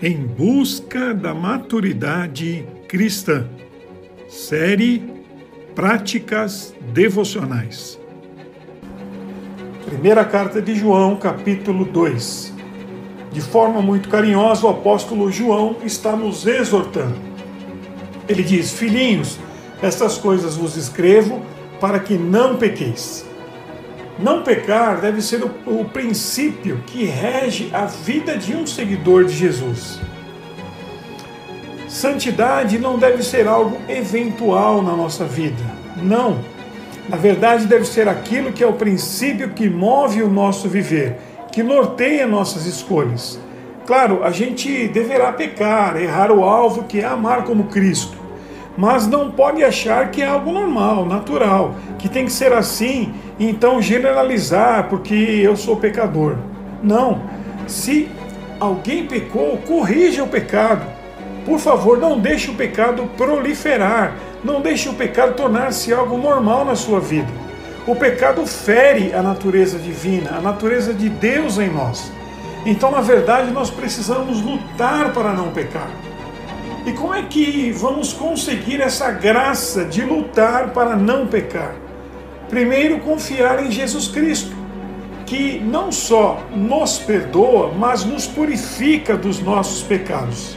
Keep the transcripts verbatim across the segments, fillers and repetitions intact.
Em busca da maturidade cristã. Série Práticas Devocionais. Primeira carta de João, capítulo dois. De forma muito carinhosa, o apóstolo João está nos exortando. Ele diz: filhinhos, estas coisas vos escrevo para que não pequeis. Não pecar deve ser o, o princípio que rege a vida de um seguidor de Jesus. Santidade não deve ser algo eventual na nossa vida. Não. Na verdade, deve ser aquilo que é o princípio que move o nosso viver, que norteia nossas escolhas. Claro, a gente deverá pecar, errar o alvo, que é amar como Cristo. Mas não pode achar que é algo normal, natural, que tem que ser assim e então generalizar porque eu sou pecador. Não. Se alguém pecou, corrija o pecado. Por favor, não deixe o pecado proliferar, não deixe o pecado tornar-se algo normal na sua vida. O pecado fere a natureza divina, a natureza de Deus em nós. Então, na verdade, nós precisamos lutar para não pecar. E como é que vamos conseguir essa graça de lutar para não pecar? Primeiro, confiar em Jesus Cristo, que não só nos perdoa, mas nos purifica dos nossos pecados.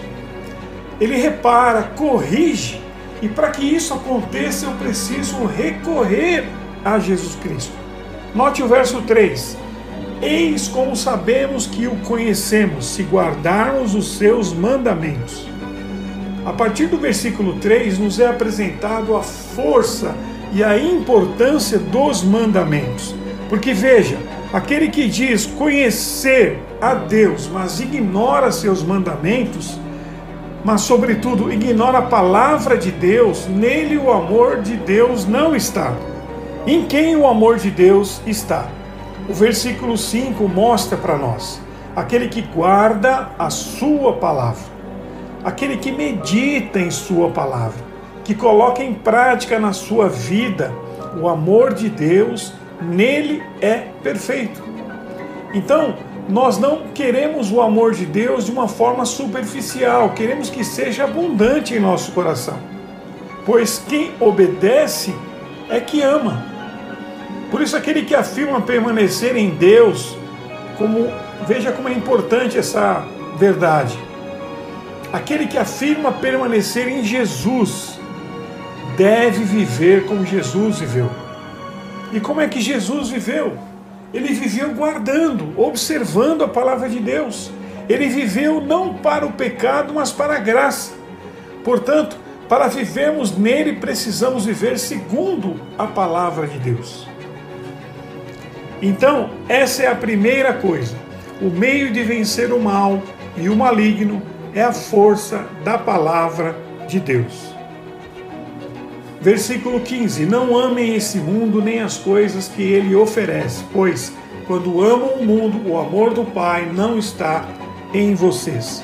Ele repara, corrige, e para que isso aconteça eu preciso recorrer a Jesus Cristo. Note o verso três. Eis como sabemos que o conhecemos, se guardarmos os seus mandamentos. A partir do versículo três nos é apresentado a força e a importância dos mandamentos. Porque veja, aquele que diz conhecer a Deus, mas ignora seus mandamentos, mas sobretudo ignora a palavra de Deus, nele o amor de Deus não está. Em quem o amor de Deus está? O versículo cinco mostra para nós: aquele que guarda a sua palavra. Aquele que medita em sua palavra, que coloca em prática na sua vida o amor de Deus, nele é perfeito. Então, nós não queremos o amor de Deus de uma forma superficial, queremos que seja abundante em nosso coração. Pois quem obedece é que ama. Por isso, aquele que afirma permanecer em Deus, como, veja como é importante essa verdade. Aquele que afirma permanecer em Jesus deve viver como Jesus viveu. E como é que Jesus viveu? Ele viveu guardando, observando a palavra de Deus. Ele viveu não para o pecado, mas para a graça. Portanto, para vivermos nele, precisamos viver segundo a palavra de Deus. Então, essa é a primeira coisa. O meio de vencer o mal e o maligno é a força da palavra de Deus. Versículo quinze. Não amem esse mundo nem as coisas que ele oferece, pois quando amam o mundo, o amor do Pai não está em vocês.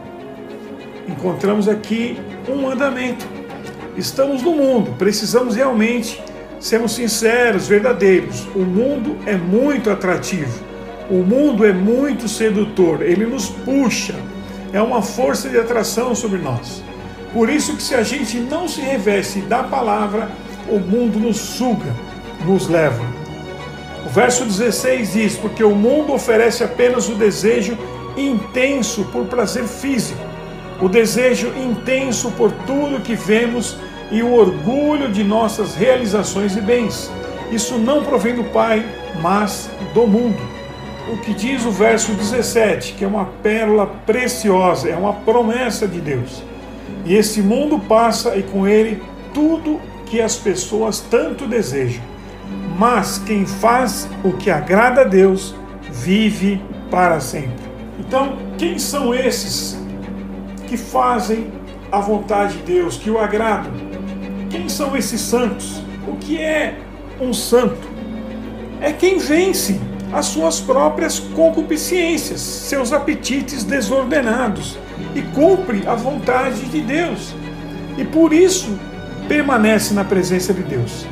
Encontramos aqui um mandamento. Estamos no mundo, precisamos realmente sermos sinceros, verdadeiros. O mundo é muito atrativo, o mundo é muito sedutor, ele nos puxa. É uma força de atração sobre nós. Por isso que se a gente não se reveste da palavra, o mundo nos suga, nos leva. O verso dezesseis diz: porque o mundo oferece apenas o desejo intenso por prazer físico, o desejo intenso por tudo que vemos e o orgulho de nossas realizações e bens. Isso não provém do Pai, mas do mundo. O que diz o verso dezessete, que é uma pérola preciosa, é uma promessa de Deus. E esse mundo passa e com ele tudo que as pessoas tanto desejam. Mas quem faz o que agrada a Deus, vive para sempre. Então, quem são esses que fazem a vontade de Deus, que o agradam? Quem são esses santos? O que é um santo? É quem vence as suas próprias concupiscências, seus apetites desordenados, e cumpre a vontade de Deus. E por isso permanece na presença de Deus.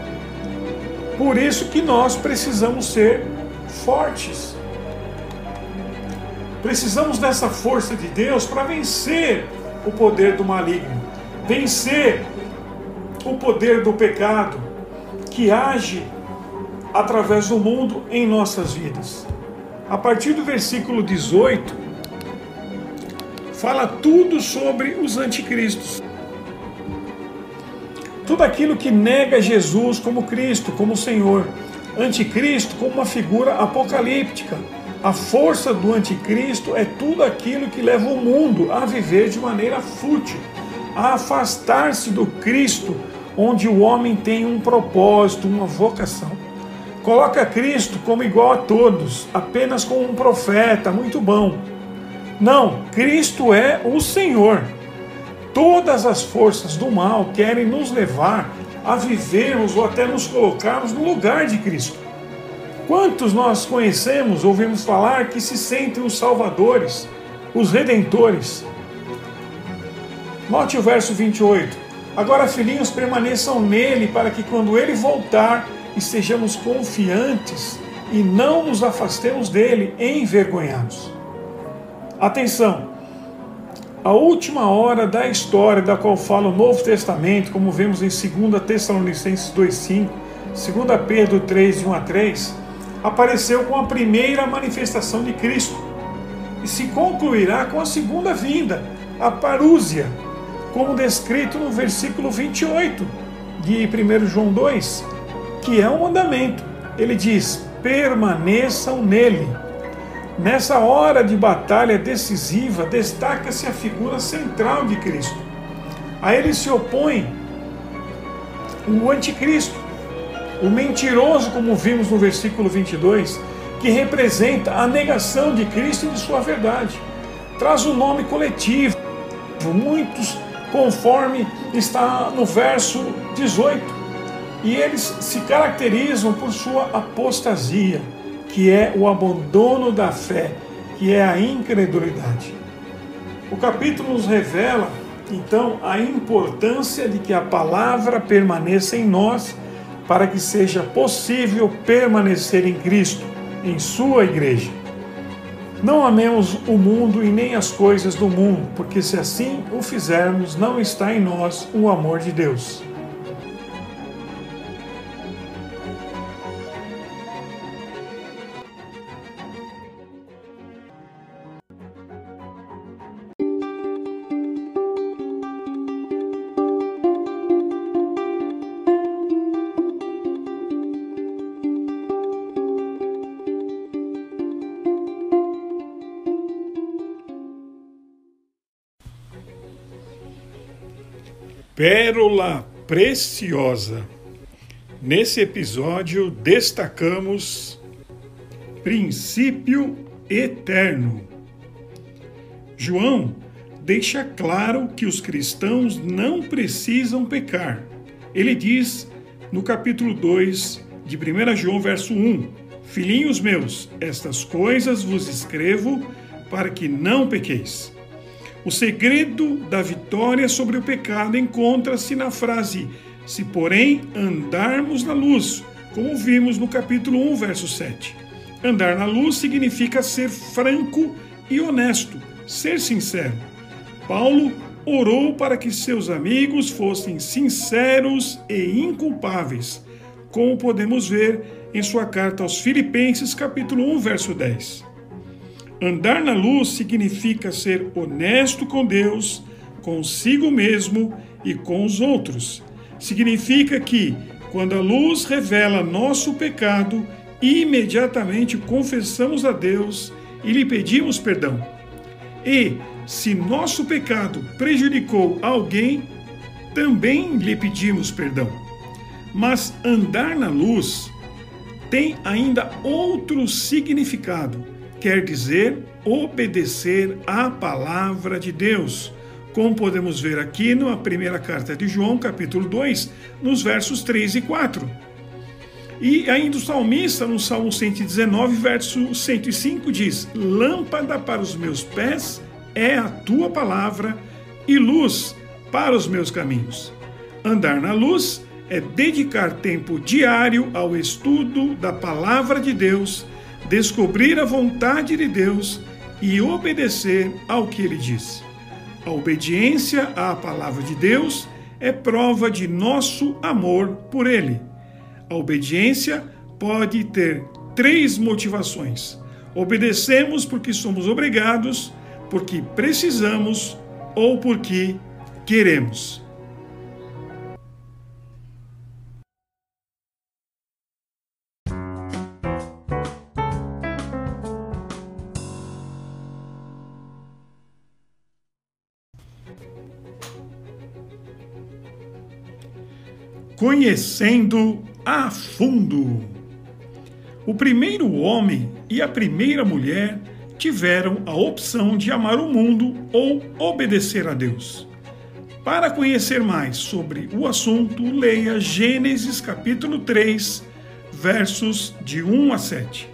Por isso que nós precisamos ser fortes. Precisamos dessa força de Deus para vencer o poder do maligno, vencer o poder do pecado que age através do mundo em nossas vidas. A partir do versículo dezoito, fala tudo sobre os anticristos. Tudo aquilo que nega Jesus como Cristo, como Senhor. Anticristo como uma figura apocalíptica. A força do anticristo é tudo aquilo que leva o mundo a viver de maneira fútil, a afastar-se do Cristo, onde o homem tem um propósito, uma vocação. Coloca Cristo como igual a todos, apenas como um profeta, muito bom. Não, Cristo é o Senhor. Todas as forças do mal querem nos levar a vivermos ou até nos colocarmos no lugar de Cristo. Quantos nós conhecemos, ouvimos falar que se sentem os salvadores, os redentores? Note o verso vinte e oito. Agora, filhinhos, permaneçam nele, para que quando ele voltar, estejamos confiantes e não nos afastemos dele envergonhados. Atenção! A última hora da história da qual fala o Novo Testamento, como vemos em segunda Tessalonicenses dois, cinco, segunda Pedro três, de um a três, apareceu com a primeira manifestação de Cristo e se concluirá com a segunda vinda, a parúzia, como descrito no versículo vinte e oito de primeiro João dois, que é um mandamento. Ele diz: permaneçam nele. Nessa hora de batalha decisiva, destaca-se a figura central de Cristo. A ele se opõe o anticristo, o mentiroso, como vimos no versículo vinte e dois, que representa a negação de Cristo e de sua verdade. Traz o nome coletivo, muitos, conforme está no verso dezoito, e eles se caracterizam por sua apostasia, que é o abandono da fé, que é a incredulidade. O capítulo nos revela, então, a importância de que a palavra permaneça em nós, para que seja possível permanecer em Cristo, em sua igreja. Não amemos o mundo e nem as coisas do mundo, porque se assim o fizermos, não está em nós o amor de Deus. Pérola preciosa. Nesse episódio destacamos princípio eterno. João deixa claro que os cristãos não precisam pecar. Ele diz no capítulo dois de primeiro João, verso um: filhinhos meus, estas coisas vos escrevo para que não pequeis. O segredo da vitória sobre o pecado encontra-se na frase: se porém andarmos na luz, como vimos no capítulo um, verso sete. Andar na luz significa ser franco e honesto, ser sincero. Paulo orou para que seus amigos fossem sinceros e inculpáveis, como podemos ver em sua carta aos Filipenses, capítulo um, verso dez. Andar na luz significa ser honesto com Deus, consigo mesmo e com os outros. Significa que, quando a luz revela nosso pecado, imediatamente confessamos a Deus e lhe pedimos perdão. E, se nosso pecado prejudicou alguém, também lhe pedimos perdão. Mas andar na luz tem ainda outro significado. Quer dizer, obedecer à palavra de Deus, como podemos ver aqui na primeira carta de João, capítulo dois, nos versos três e quatro. E ainda o salmista, no Salmo cento e dezenove, verso cento e cinco, diz: lâmpada para os meus pés é a tua palavra e luz para os meus caminhos. Andar na luz é dedicar tempo diário ao estudo da palavra de Deus, descobrir a vontade de Deus e obedecer ao que ele diz. A obediência à palavra de Deus é prova de nosso amor por ele. A obediência pode ter três motivações: obedecemos porque somos obrigados, porque precisamos ou porque queremos. Conhecendo a fundo. O primeiro homem e a primeira mulher tiveram a opção de amar o mundo ou obedecer a Deus. Para conhecer mais sobre o assunto, leia Gênesis capítulo três, versos de um a sete.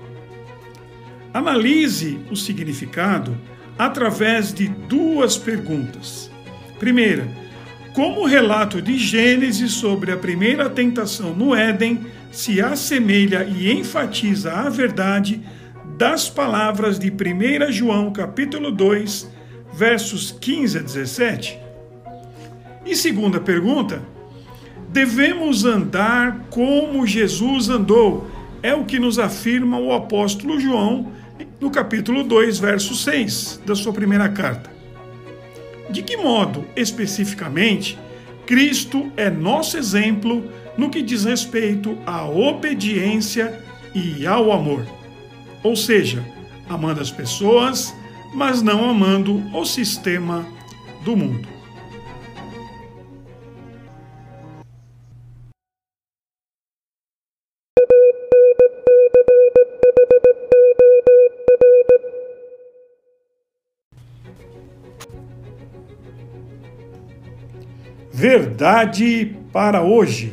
Analise o significado através de duas perguntas. Primeira, como o relato de Gênesis sobre a primeira tentação no Éden se assemelha e enfatiza a verdade das palavras de primeira João capítulo dois, versos quinze a dezessete? E segunda pergunta, devemos andar como Jesus andou, é o que nos afirma o apóstolo João no capítulo dois, verso seis da sua primeira carta. De que modo, especificamente, Cristo é nosso exemplo no que diz respeito à obediência e ao amor? Ou seja, amando as pessoas, mas não amando o sistema do mundo. Verdade para hoje.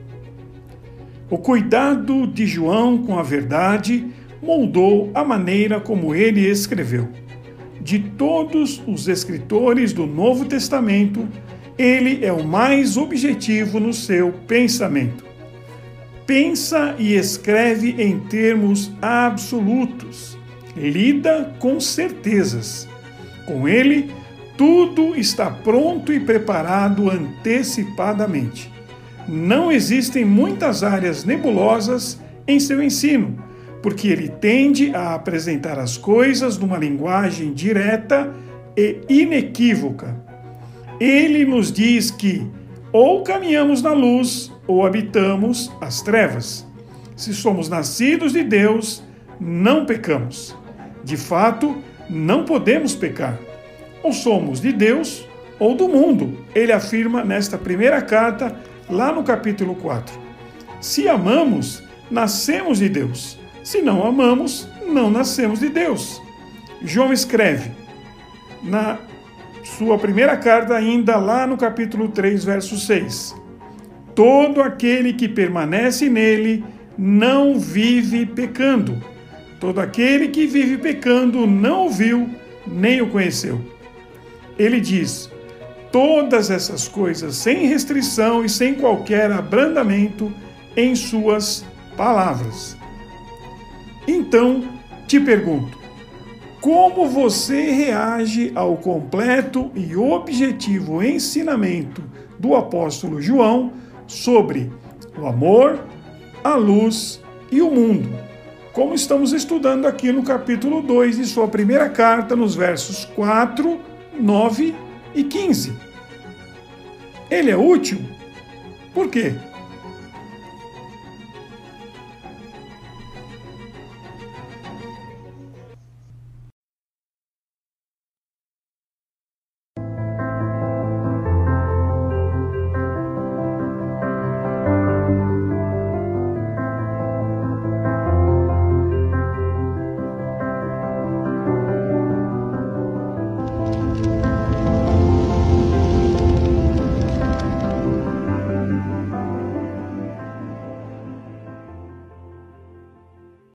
O cuidado de João com a verdade moldou a maneira como ele escreveu. De todos os escritores do Novo Testamento, ele é o mais objetivo no seu pensamento. Pensa e escreve em termos absolutos. Lida com certezas. Com ele, tudo está pronto e preparado antecipadamente. Não existem muitas áreas nebulosas em seu ensino, porque ele tende a apresentar as coisas numa linguagem direta e inequívoca. Ele nos diz que ou caminhamos na luz ou habitamos as trevas. Se somos nascidos de Deus, não pecamos. De fato, não podemos pecar. Ou somos de Deus ou do mundo, ele afirma nesta primeira carta, lá no capítulo quatro. Se amamos, nascemos de Deus. Se não amamos, não nascemos de Deus. João escreve na sua primeira carta, ainda lá no capítulo três, verso seis. Todo aquele que permanece nele não vive pecando. Todo aquele que vive pecando não o viu, nem o conheceu. Ele diz todas essas coisas sem restrição e sem qualquer abrandamento em suas palavras. Então, te pergunto, como você reage ao completo e objetivo ensinamento do apóstolo João sobre o amor, a luz e o mundo? Como estamos estudando aqui no capítulo dois de sua primeira carta, nos versos quatro, nove e quinze. Ele é útil? Por quê?